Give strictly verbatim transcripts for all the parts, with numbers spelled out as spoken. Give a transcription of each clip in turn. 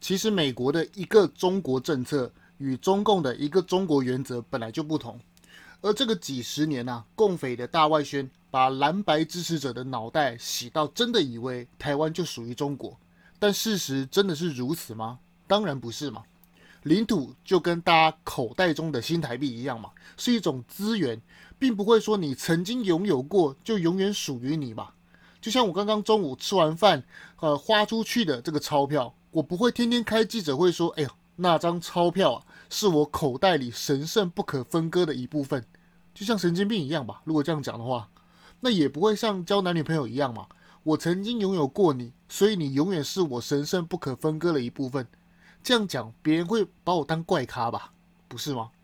其实美国的一个中国政策与中共的一个中国原则本来就不同，而这个几十年啊，共匪的大外宣把蓝白支持者的脑袋洗到真的以为台湾就属于中国，但事实真的是如此吗？当然不是嘛。领土就跟大家口袋中的新台币一样嘛，是一种资源，并不会说你曾经拥有过就永远属于你吧。就像我刚刚中午吃完饭，呃，花出去的这个钞票，我不会天天开记者会说，哎呦，那张钞票啊，是我口袋里神圣不可分割的一部分，就像神经病一样吧。如果这样讲的话，那也不会像交男女朋友一样嘛。我曾经拥有过你，所以你永远是我神圣不可分割的一部分。这样讲，别人会把我当怪咖吧？不是吗？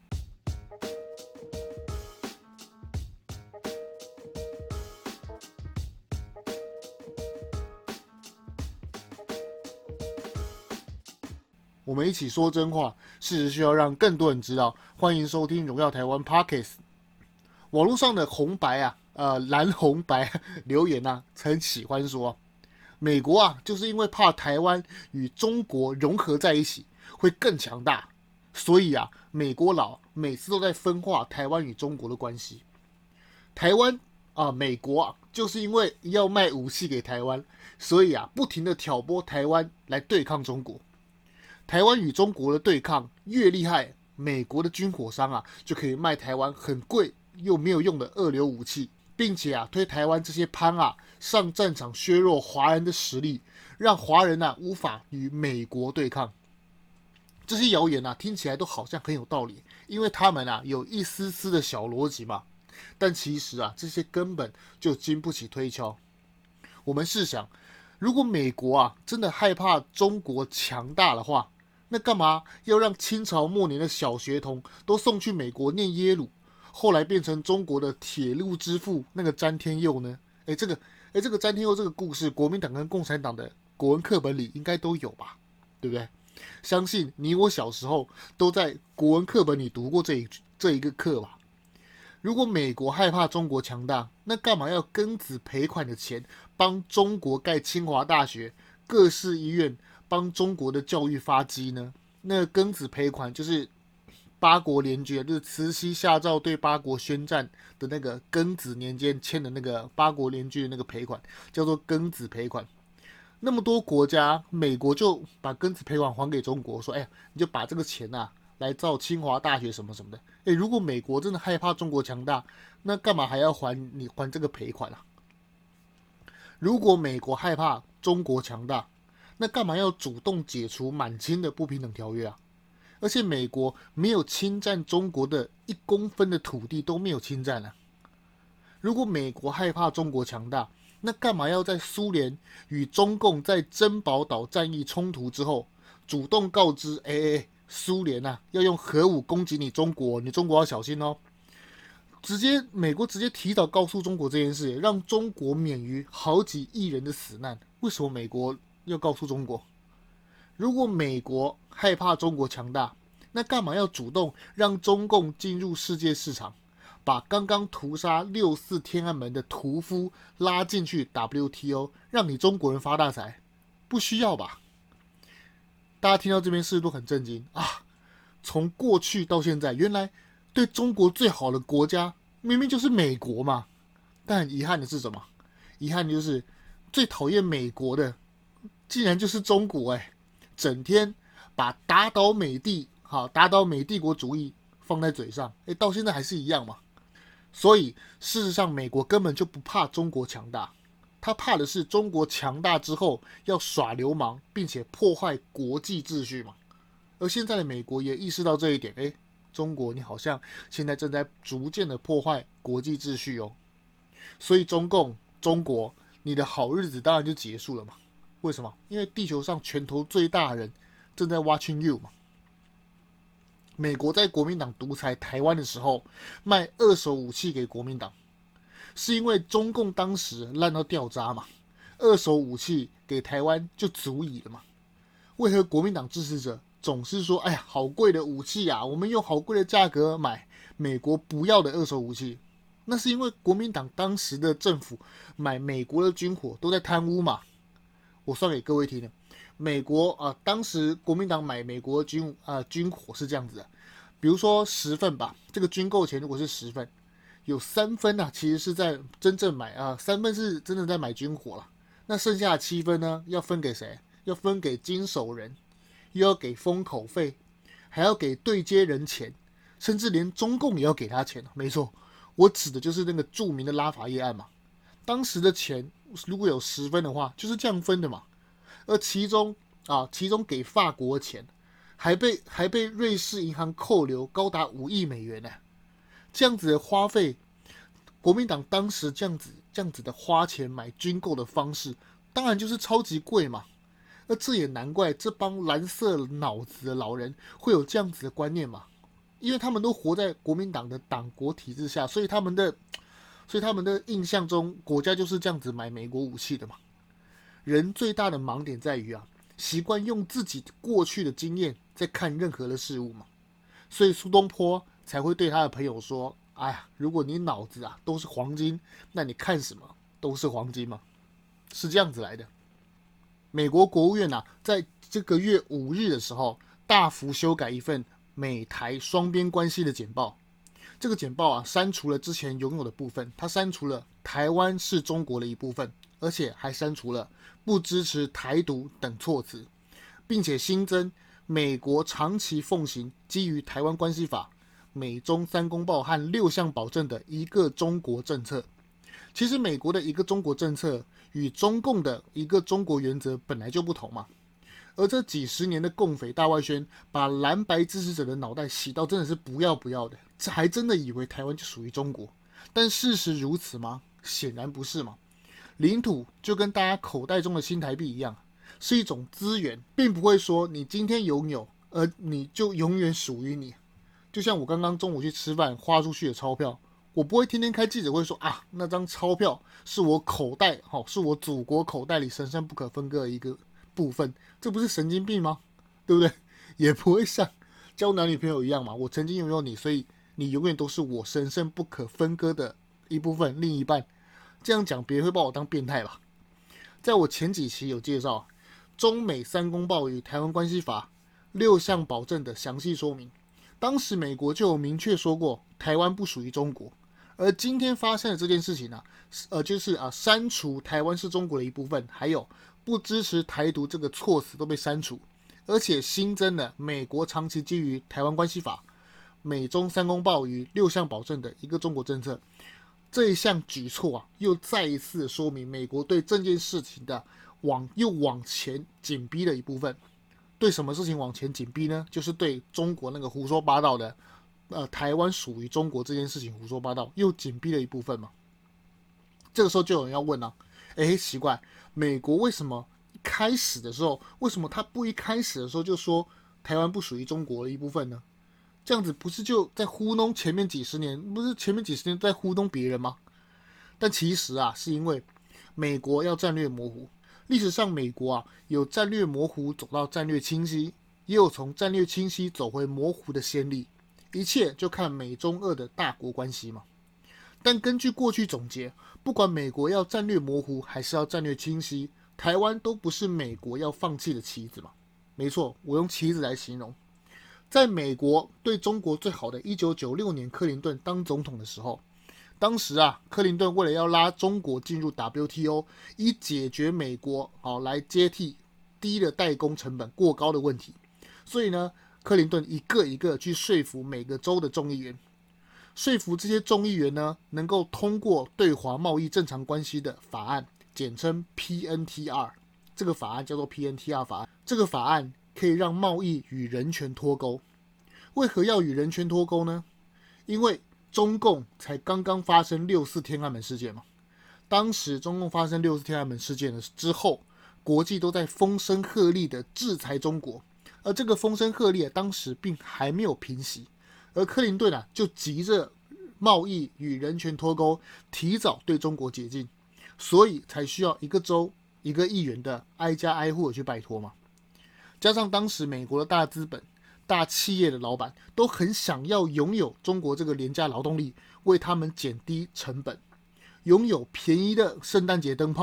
我们一起说真话，事实需要让更多人知道。欢迎收听《荣耀台湾 Podcast》。网络上的红白啊，呃，蓝红白留言啊，很喜欢说，美国啊，就是因为怕台湾与中国融合在一起会更强大，所以啊，美国佬每次都在分化台湾与中国的关系。台湾啊，美国啊，就是因为要卖武器给台湾，所以啊，不停的挑拨台湾来对抗中国。台湾与中国的对抗越厉害，美国的军火商啊就可以卖台湾很贵又没有用的二流武器，并且啊推台湾这些藩啊上战场削弱华人的实力，让华人啊无法与美国对抗。这些谣言啊听起来都好像很有道理，因为他们啊有一丝丝的小逻辑嘛。但其实啊这些根本就经不起推敲。我们试想，如果美国啊真的害怕中国强大的话，那干嘛要让清朝末年的小学童都送去美国念耶鲁，后来变成中国的铁路之父那个詹天佑呢？哎，这个哎这个詹天佑这个故事，国民党跟共产党的国文课本里应该都有吧？对不对？相信你我小时候都在国文课本里读过这一这一个课吧？如果美国害怕中国强大，那干嘛要庚子赔款的钱帮中国盖清华大学、各式医院，帮中国的教育发迹呢？那个庚子赔款就是八国联军，就是慈禧下诏对八国宣战的那个庚子年间签的那个八国联军的那个赔款，叫做庚子赔款。那么多国家，美国就把庚子赔款还给中国，说：“哎呀，你就把这个钱啊来造清华大学什么什么的。”哎，如果美国真的害怕中国强大，那干嘛还要还你还这个赔款啊？如果美国害怕中国强大，那干嘛要主动解除满清的不平等条约啊？而且美国没有侵占中国的一公分的土地都没有侵占啊。如果美国害怕中国强大，那干嘛要在苏联与中共在珍宝岛战役冲突之后，主动告知，哎哎，苏联啊要用核武攻击你中国，你中国要小心哦。直接美国直接提早告诉中国这件事，让中国免于好几亿人的死难。为什么美国要告诉中国？如果美国害怕中国强大，那干嘛要主动让中共进入世界市场，把刚刚屠杀六四天安门的屠夫拉进去 W T O， 让你中国人发大财？不需要吧？大家听到这边是不是都很震惊啊？从过去到现在，原来对中国最好的国家明明就是美国嘛。但很遗憾的是什么？遗憾的就是最讨厌美国的竟然就是中国。哎，整天把打倒美帝好打倒美帝国主义放在嘴上，哎，到现在还是一样嘛。所以事实上美国根本就不怕中国强大，他怕的是中国强大之后要耍流氓并且破坏国际秩序嘛。而现在的美国也意识到这一点，哎，中国你好像现在正在逐渐的破坏国际秩序哦。所以中共中国你的好日子当然就结束了嘛。为什么？因为地球上拳头最大的人正在 watching you 嘛。美国在国民党独裁台湾的时候卖二手武器给国民党，是因为中共当时烂到掉渣嘛，二手武器给台湾就足以了嘛。为何国民党支持者总是说，哎呀，好贵的武器啊，我们用好贵的价格买美国不要的二手武器？那是因为国民党当时的政府买美国的军火都在贪污嘛。我算给各位听了， 美国啊、呃，当时国民党买美国军呃军火是这样子的，比如说十份吧，这个军购钱如果是十份，有三分啊，其实是在真正买啊、呃，三分是真的在买军火了。那剩下的七分呢，要分给谁？要分给经手人，又要给封口费，还要给对接人钱，甚至连中共也要给他钱。没错，我指的就是那个著名的拉法叶案嘛。当时的钱如果有十分的话，就是这样分的嘛。而其中啊，其中给法国钱，还被还被瑞士银行扣留高达五亿美元呢。这样子的花费，国民党当时这样子这样子的花钱买军购的方式，当然就是超级贵嘛。那这也难怪这帮蓝色脑子的老人会有这样子的观念嘛，因为他们都活在国民党的党国体制下，所以他们的所以他们的印象中，国家就是这样子买美国武器的嘛。人最大的盲点在于啊，习惯用自己过去的经验在看任何的事物嘛，所以苏东坡才会对他的朋友说：“哎呀，如果你脑子啊都是黄金，那你看什么都是黄金嘛。”是这样子来的。美国国务院啊，在这个月五日的时候，大幅修改一份美台双边关系的简报。这个简报啊，删除了之前拥有的部分，它删除了台湾是中国的一部分，而且还删除了不支持台独等措辞，并且新增美国长期奉行基于台湾关系法、美中三公报和六项保证的一个中国政策。其实美国的一个中国政策与中共的一个中国原则本来就不同嘛，而这几十年的共匪大外宣，把蓝白支持者的脑袋洗到真的是不要不要的，这还真的以为台湾就属于中国，但事实如此吗？显然不是嘛。领土就跟大家口袋中的新台币一样，是一种资源，并不会说你今天拥有，而你就永远属于你。就像我刚刚中午去吃饭花出去的钞票，我不会天天开记者会说啊，那张钞票是我口袋，好，是我祖国口袋里神圣不可分割的一个部分，这不是神经病吗？对不对？也不会像交男女朋友一样嘛，我曾经拥有你，所以你永远都是我神圣不可分割的一部分，另一半。这样讲，别人会把我当变态吧？在我前几期有介绍中美三公报与台湾关系法六项保证的详细说明，当时美国就有明确说过，台湾不属于中国。而今天发生的这件事情呢、啊，呃，就是啊，删除台湾是中国的一部分，还有不支持台独这个措辞都被删除，而且新增了美国长期基于台湾关系法、美中三公报与六项保证的一个中国政策。这一项举措啊，又再一次说明美国对这件事情的往又往前紧逼的一部分。对什么事情往前紧逼呢？就是对中国那个胡说八道的。呃，台湾属于中国这件事情胡说八道，又紧逼了一部分嘛。这个时候就有人要问啊，哎，奇怪，美国为什么一开始的时候，为什么他不一开始的时候就说台湾不属于中国的一部分呢？这样子不是就在糊弄前面几十年，不是前面几十年在糊弄别人吗？但其实啊，是因为美国要战略模糊，历史上美国啊有战略模糊走到战略清晰，也有从战略清晰走回模糊的先例。一切就看美中俄的大国关系嘛。但根据过去总结，不管美国要战略模糊还是要战略清晰，台湾都不是美国要放弃的棋子嘛。没错，我用棋子来形容。在美国对中国最好的一九九六年克林顿当总统的时候，当时啊，克林顿为了要拉中国进入 W T O， 以解决美国好来接替低的代工成本过高的问题，所以呢，克林顿一个一个去说服每个州的众议员，说服这些众议员呢，能够通过对华贸易正常关系的法案，简称 P N T R。这个法案叫做 P N T R 法案。这个法案可以让贸易与人权脱钩。为何要与人权脱钩呢？因为中共才刚刚发生六四天安门事件嘛。当时中共发生六四天安门事件之后，国际都在风声鹤唳的制裁中国。而这个风声鹤唳当时并还没有平息，而克林顿啊就急着贸易与人权脱钩，提早对中国解禁，所以才需要一个州一个议员的挨家挨户的去拜托嘛。加上当时美国的大资本、大企业的老板都很想要拥有中国这个廉价劳动力，为他们减低成本，拥有便宜的圣诞节灯泡，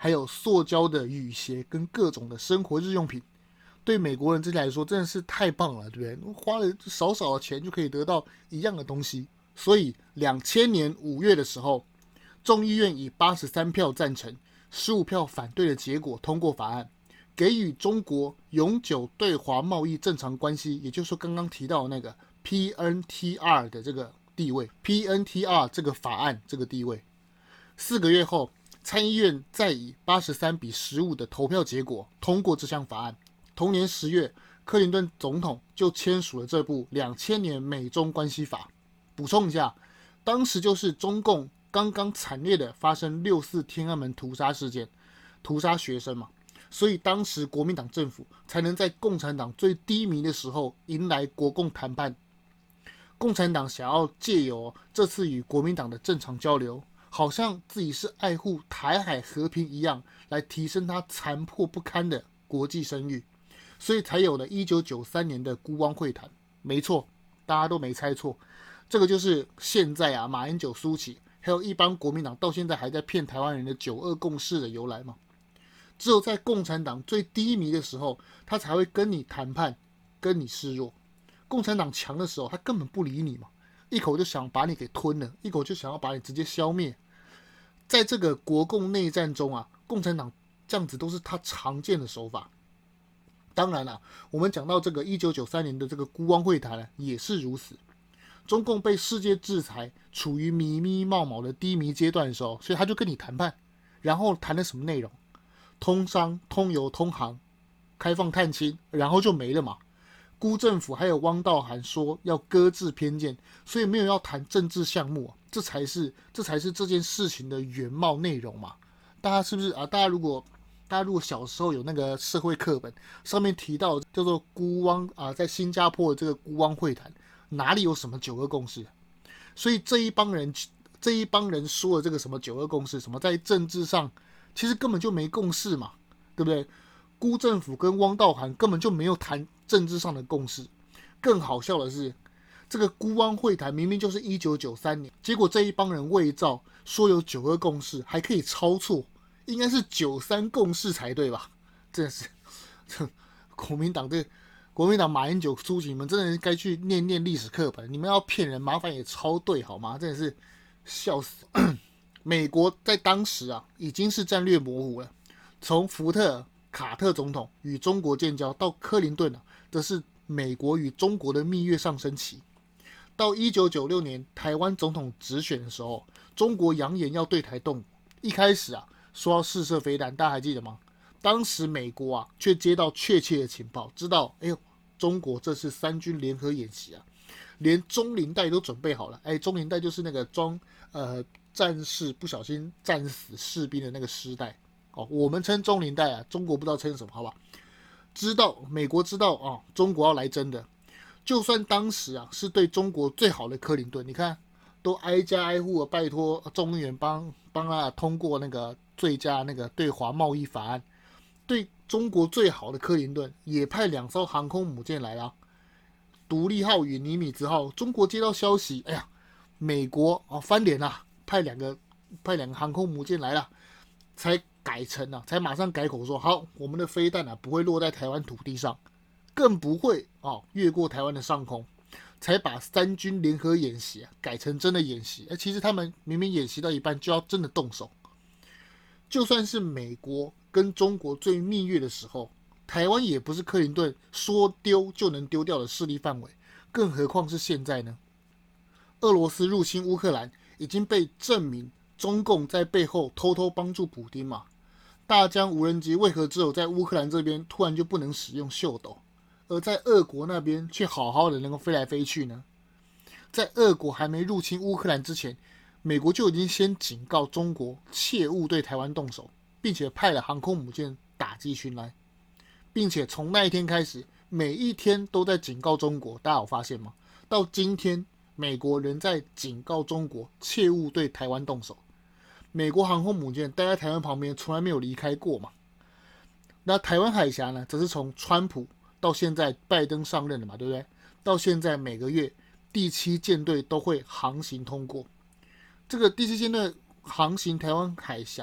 还有塑胶的雨鞋跟各种的生活日用品。对美国人这来说真的是太棒了，对不对？花了少少的钱就可以得到一样的东西。所以两千年五月的时候，众议院以八十三票赞成、十五票反对的结果通过法案，给予中国永久对华贸易正常关系，也就是说刚刚提到的那个 P N T R 的这个地位 ，P N T R 这个法案这个地位。四个月后，参议院再以八十三比十五的投票结果通过这项法案。同年十月，克林顿总统就签署了这部两千年美中关系法。补充一下，当时就是中共刚刚惨烈的发生六四天安门屠杀事件，屠杀学生嘛，所以当时国民党政府才能在共产党最低迷的时候迎来国共谈判。共产党想要借由这次与国民党的正常交流，好像自己是爱护台海和平一样，来提升他残破不堪的国际声誉。所以才有了一九九三年的孤汪会谈。没错，大家都没猜错，这个就是现在啊马英九、苏起还有一帮国民党到现在还在骗台湾人的九二共识的由来嘛。只有在共产党最低迷的时候，他才会跟你谈判，跟你示弱。共产党强的时候，他根本不理你嘛，一口就想把你给吞了，一口就想要把你直接消灭。在这个国共内战中啊，共产党这样子都是他常见的手法。当然啦，我们讲到这个一九九三年的这个孤汪会谈呢，也是如此。中共被世界制裁，处于迷迷冒冒的低迷阶段的时候，所以他就跟你谈判，然后谈了什么内容？通商、通邮、通航，开放探亲，然后就没了嘛。辜政府还有汪道涵说要搁置偏见，所以没有要谈政治项目，这才是这才是这件事情的原貌内容嘛。大家是不是啊？大家如果大家如果小时候有那个社会课本上面提到叫做孤汪啊，在新加坡的这个孤汪会谈，哪里有什么九二共识？所以这一帮人这一帮人说的这个什么九二共识，什么在政治上其实根本就没共识嘛，对不对？辜政府跟汪道涵根本就没有谈政治上的共识。更好笑的是，这个孤汪会谈明明就是一九九三年，结果这一帮人伪造说有九二共识，还可以抄错。应该是九三共识才对吧？真的是，国民党对国民党马英九、苏起，你们真的是该去念念历史课本。你们要骗人，麻烦也抄对好吗？真的是笑死！美国在当时啊，已经是战略模糊了。从福特、卡特总统与中国建交，到克林顿啊，则是美国与中国的蜜月上升期。到一九九六年台湾总统直选的时候，中国扬言要对台动武。一开始啊，说要试射飞弹，大家还记得吗？当时美国啊，却接到确切的情报，知道，哎呦，中国这次三军联合演习啊，连中林带都准备好了。哎，中林带就是那个装呃战士不小心战死士兵的那个尸带哦，我们称中林带啊，中国不知道称什么，好吧？知道美国知道啊，中国要来真的。就算当时啊是对中国最好的克林顿，你看都挨家挨户的拜托众议员帮帮他通过那个最佳那个对华贸易法案，对中国最好的克林顿也派两艘航空母舰来了，独立号与尼米兹号。中国接到消息，哎呀，美国啊翻脸了，派两个派两个航空母舰来了，才改成啊，才马上改口说好，我们的飞弹啊不会落在台湾土地上。更不会哦越过台湾的上空，才把三军联合演习、啊、改成真的演习。其实他们明明演习到一半就要真的动手。就算是美国跟中国最蜜月的时候，台湾也不是克林顿说丢就能丢掉的势力范围，更何况是现在呢？俄罗斯入侵乌克兰已经被证明中共在背后偷偷帮助普丁嘛。大疆无人机为何只有在乌克兰这边突然就不能使用秀斗？而在俄国那边却好好的能够飞来飞去呢？在俄国还没入侵乌克兰之前，美国就已经先警告中国切勿对台湾动手，并且派了航空母舰打击巡来，并且从那一天开始，每一天都在警告中国。大家有发现吗？到今天，美国仍在警告中国切勿对台湾动手。美国航空母舰待在台湾旁边，从来没有离开过嘛。那台湾海峡呢，则是从川普到现在拜登上任了嘛，对不对？到现在每个月第七舰队都会航行通过。这个第七舰队航行台湾海峡，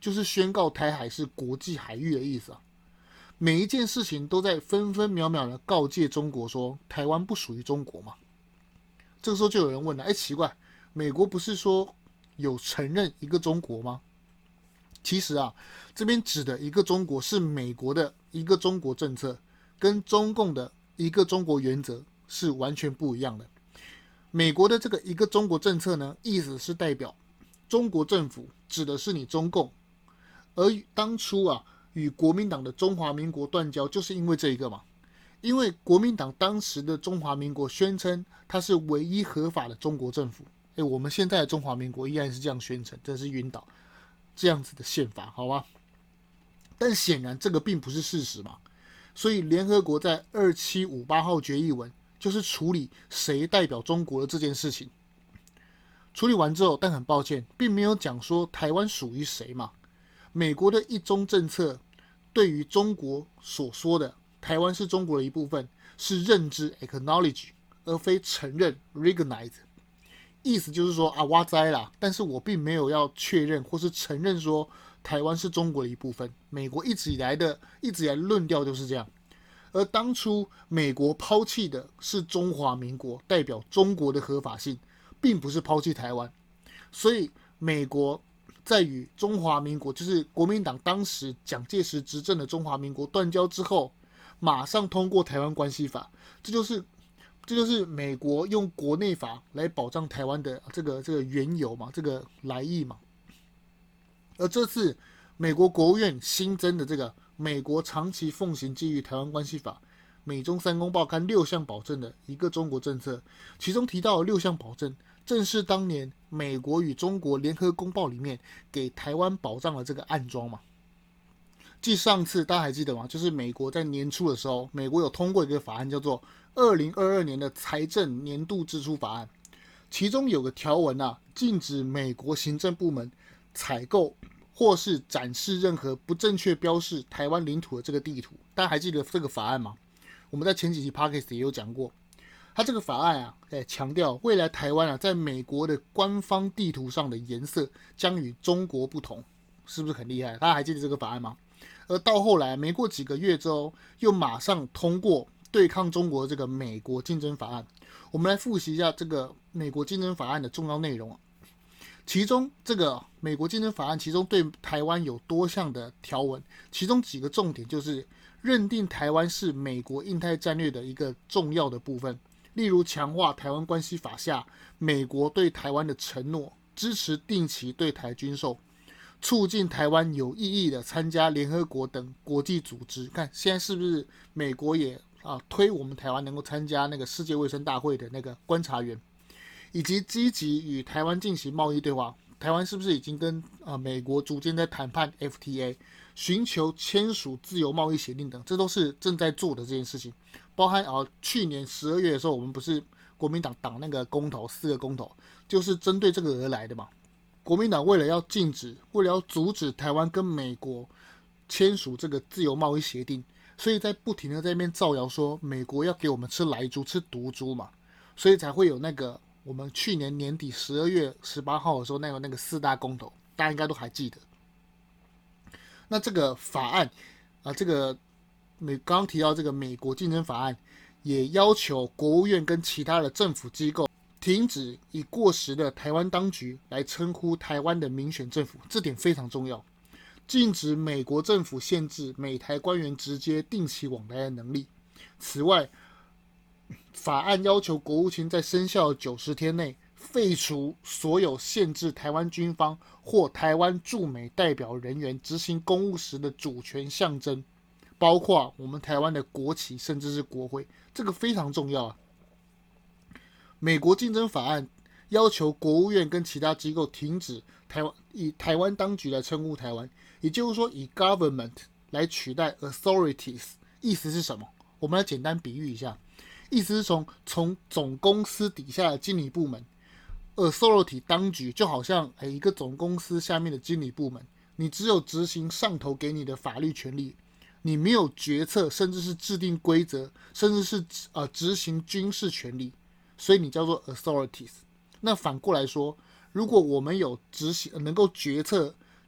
就是宣告台海是国际海域的意思啊。每一件事情都在分分秒秒的告诫中国说台湾不属于中国嘛。这个时候就有人问了，哎，奇怪，美国不是说有承认一个中国吗？其实啊，这边指的一个中国是美国的一个中国政策，跟中共的一个中国原则是完全不一样的。美国的这个一个中国政策呢，意思是代表中国政府指的是你中共，而当初啊与国民党的中华民国断交，就是因为这一个嘛。因为国民党当时的中华民国宣称它是唯一合法的中国政府，诶，我们现在的中华民国依然是这样宣称，真是晕倒，这样子的宪法，好吧？但显然这个并不是事实嘛，所以联合国在二七五八号决议文就是处理谁代表中国的这件事情。处理完之后，但很抱歉，并没有讲说台湾属于谁嘛。美国的一中政策对于中国所说的台湾是中国的一部分，是认知 acknowledge， 而非承认 recognize。意思就是说啊，哇哉啦，但是我并没有要确认或是承认说台湾是中国的一部分。美国一直以来的一直以来的论调就是这样。而当初美国抛弃的是中华民国，代表中国的合法性，并不是抛弃台湾。所以美国在与中华民国，就是国民党当时蒋介石执政的中华民国断交之后，马上通过台湾关系法，这就是这就是美国用国内法来保障台湾的这个这个缘由嘛，这个来意嘛。而这次美国国务院新增的这个美国长期奉行基于台湾关系法，美中三公报刊六项保证的一个中国政策，其中提到的六项保证，正是当年美国与中国联合公报里面给台湾保障的这个暗桩嘛。继上次大家还记得吗？就是美国在年初的时候，美国有通过一个法案，叫做二零二二年的财政年度支出法案，其中有个条文啊，禁止美国行政部门采购或是展示任何不正确标示台湾领土的这个地图。大家还记得这个法案吗？我们在前几期 Podcast 也有讲过。它这个法案啊，强调未来台湾啊，在美国的官方地图上的颜色将与中国不同，是不是很厉害？大家还记得这个法案吗？而到后来，没过几个月之后，又马上通过对抗中国的这个美国竞争法案。我们来复习一下这个美国竞争法案的重要内容啊。其中这个美国竞争法案，其中对台湾有多项的条文，其中几个重点就是认定台湾是美国印太战略的一个重要的部分。例如强化台湾关系法下美国对台湾的承诺，支持定期对台军售，促进台湾有意义的参加联合国等国际组织。看现在是不是美国也啊推我们台湾能够参加那个世界卫生大会的那个观察员，以及积极与台湾进行贸易对话。台湾是不是已经跟啊美国逐渐在谈判 F T A， 寻求签署自由贸易协定等，这都是正在做的这件事情。包含啊，去年十二月的时候，我们不是国民党党那个公投，四个公投，就是针对这个而来的嘛。国民党为了要禁止，为了要阻止台湾跟美国签署这个自由贸易协定，所以在不停的在那边造谣说美国要给我们吃莱猪、吃毒猪嘛，所以才会有那个我们去年年底十二月十八号的时候那个那个四大公投，大家应该都还记得。那这个法案啊，这个美刚刚提到这个美国竞争法案，也要求国务院跟其他的政府机构停止以过时的台湾当局来称呼台湾的民选政府，这点非常重要。禁止美国政府限制美台官员直接定期往来的能力。此外，法案要求国务卿在生效九十天内废除所有限制台湾军方或台湾驻美代表人员执行公务时的主权象征，包括我们台湾的国旗甚至是国徽，这个非常重要啊。美国竞争法案要求国务院跟其他机构停止台湾以台湾当局来称呼台湾，也就是说以 government 来取代 authorities。 意思是什么？我们来简单比喻一下，意思是从从总公司底下的经理部门 authority 当局，就好像一个总公司下面的经理部门，你只有执行上头给你的法律权利，你没有决策，甚至是制定规则，甚至是呃执行军事权利，所以你叫做 authorities。 那反过来说，如果我们有执行能够决策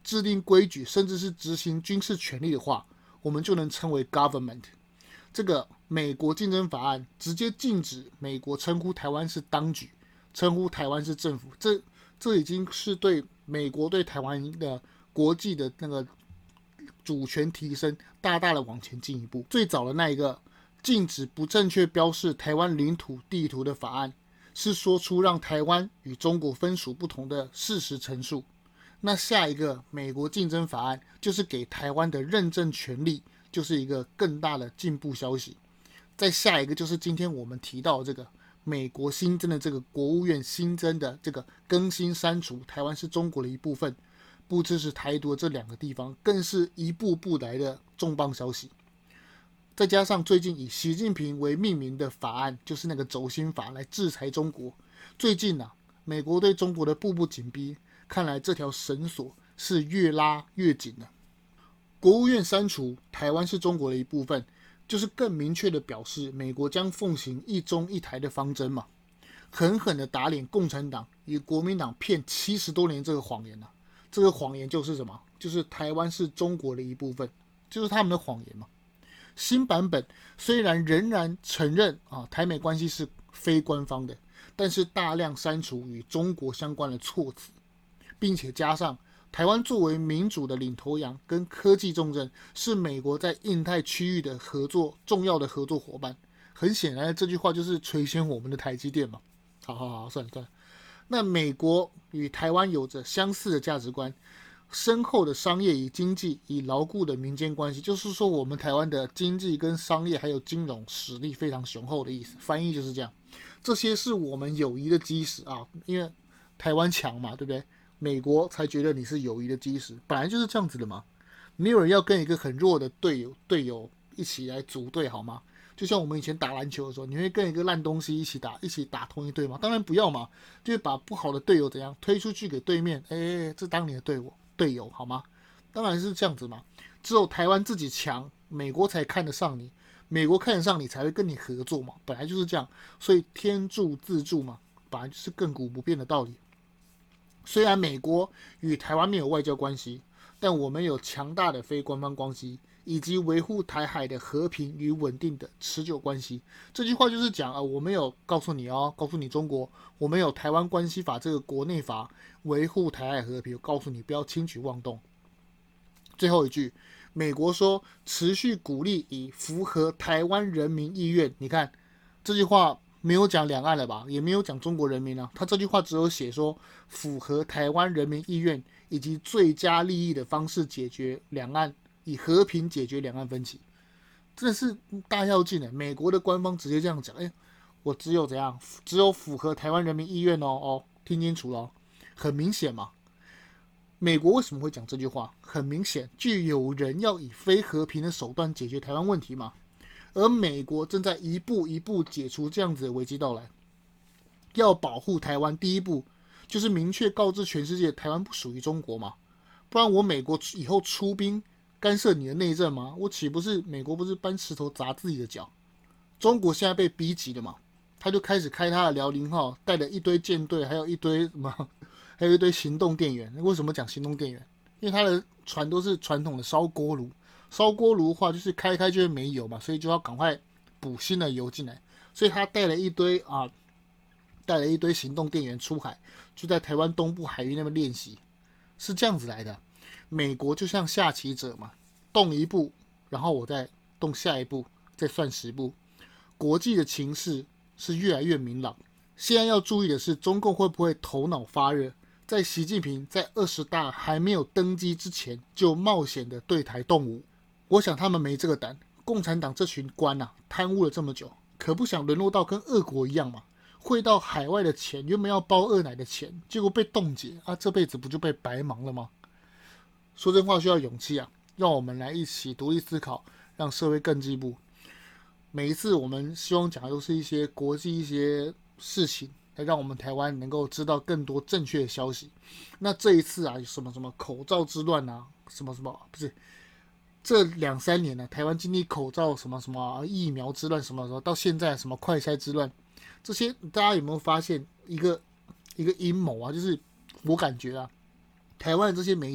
制定规矩，甚至是执行军事权力的话，我们就能称为 government。这个美国竞争法案直接禁止美国称呼台湾是当局，称呼台湾是政府，这这已经是对美国对台湾的国际的那个主权提升大大的往前进一步。最早的那一个禁止不正确标示台湾领土地图的法案，是说出让台湾与中国分属不同的事实陈述。那下一个美国竞争法案就是给台湾的认证权利，就是一个更大的进步消息。再下一个就是今天我们提到的这个美国新增的这个国务院新增的这个更新删除台湾是中国的一部分，不支持台独的这两个地方，更是一步步来的重磅消息。再加上最近以习近平为命名的法案，就是那个轴心法来制裁中国。最近啊，美国对中国的步步紧逼，看来这条绳索是越拉越紧了。国务院删除台湾是中国的一部分，就是更明确的表示美国将奉行一中一台的方针嘛，狠狠的打脸共产党与国民党骗七十多年这个谎言啊。这个谎言就是什么？就是台湾是中国的一部分，就是他们的谎言嘛。新版本虽然仍然承认啊台美关系是非官方的，但是大量删除与中国相关的措辞，并且加上台湾作为民主的领头羊跟科技重镇，是美国在印太区域的合作重要的合作伙伴。很显然，这句话就是垂涎我们的台积电嘛。好好好，算了算了。那美国与台湾有着相似的价值观，深厚的商业与经济与牢固的民间关系，就是说我们台湾的经济跟商业还有金融实力非常雄厚的意思。翻译就是这样，这些是我们友谊的基石啊，因为台湾强嘛，对不对？美国才觉得你是友谊的基石，本来就是这样子的嘛。没有人要跟一个很弱的队友队友一起来组队，好吗？就像我们以前打篮球的时候，你会跟一个烂东西一起打，一起打同一队吗？当然不要嘛，就会把不好的队友怎样推出去给对面，哎，这当你的队友队友好吗？当然是这样子嘛。只有台湾自己强，美国才看得上你，美国看得上你才会跟你合作嘛，本来就是这样。所以天助自助嘛，本来就是亘古不变的道理。虽然美国与台湾没有外交关系，但我们有强大的非官方关系，以及维护台海的和平与稳定的持久关系。这句话就是讲啊，我们有告诉你哦，告诉你中国，我们有台湾关系法这个国内法维护台海和平，告诉你不要轻举妄动。最后一句，美国说持续鼓励以符合台湾人民意愿。你看这句话没有讲两岸了吧，也没有讲中国人民啊，他这句话只有写说符合台湾人民意愿以及最佳利益的方式解决两岸，以和平解决两岸分歧，真的是大跃进的。美国的官方直接这样讲，哎，我只有怎样，只有符合台湾人民意愿哦，哦，听清楚了哦，很明显嘛。美国为什么会讲这句话？很明显，就有人要以非和平的手段解决台湾问题嘛。而美国正在一步一步解除这样子的危机到来。要保护台湾，第一步就是明确告知全世界，台湾不属于中国嘛。不然我美国以后出兵干涉你的内政吗？我岂不是美国不是搬石头砸自己的脚？中国现在被逼急了嘛，他就开始开他的辽宁号，带了一堆舰队，还有一堆什么，还有一堆行动电源。为什么讲行动电源？因为他的船都是传统的烧锅炉。烧锅炉的话，就是开开就会没油嘛，所以就要赶快补新的油进来。所以他带了一堆啊，带了一堆行动电源出海，就在台湾东部海域那边练习，是这样子来的。美国就像下棋者嘛，动一步，然后我再动下一步，再算十步。国际的情势是越来越明朗。现在要注意的是，中共会不会头脑发热，在习近平在二十大还没有登基之前，就冒险的对台动武。我想他们没这个胆，共产党这群官啊，贪污了这么久，可不想沦落到跟俄国一样嘛，汇到海外的钱原本要包二奶的钱，结果被冻结啊，这辈子不就被白忙了吗？说真话需要勇气啊，让我们来一起独立思考，让社会更进步。每一次我们希望讲的都是一些国际一些事情，来让我们台湾能够知道更多正确的消息。那这一次啊，什么什么口罩之乱啊，什么什么不是。这两三年呢，台湾经历口罩什么什么疫苗之乱，什么什么到现在什么快筛之乱，这些大家有没有发现一个一个阴谋啊？就是我感觉啊，台湾的这些媒体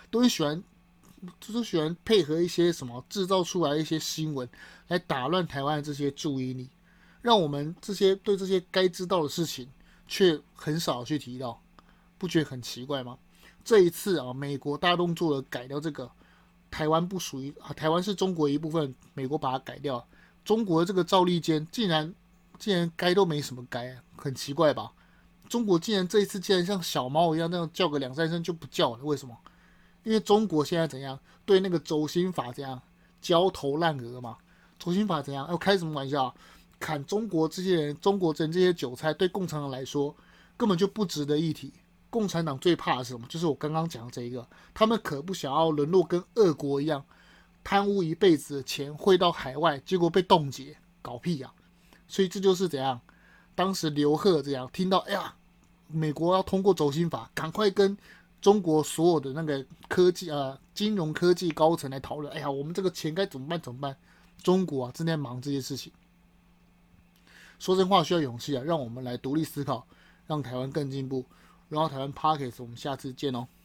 都很喜欢，就是喜欢配合一些什么制造出来一些新闻来打乱台湾的这些注意力，让我们这些对这些该知道的事情却很少去提到，不觉得很奇怪吗？这一次啊，美国大动作的改掉这个台湾不属于啊，台湾是中国一部分，美国把它改掉，中国的这个赵立坚竟然竟然该都没什么该、啊，很奇怪吧？中国竟然这一次竟然像小猫一样那样叫个两三声就不叫了，为什么？因为中国现在怎样对那个周薪法怎样焦头烂额嘛？周薪法怎样？要开什么玩笑？砍中国这些人，中国人这些韭菜，对共产党来说根本就不值得一提。共产党最怕的是什么？就是我刚刚讲的这一个，他们可不想要沦落跟俄国一样，贪污一辈子的钱汇到海外，结果被冻结，搞屁呀、啊！所以这就是怎样，当时刘鹤这样听到，哎呀，美国要通过轴心法，赶快跟中国所有的那个科技呃金融科技高层来讨论，哎呀，我们这个钱该怎么办？怎么办？中国啊正在忙这些事情。说真话需要勇气啊，让我们来独立思考，让台湾更进步。荣耀台湾 Podcast， 我们下次见哦。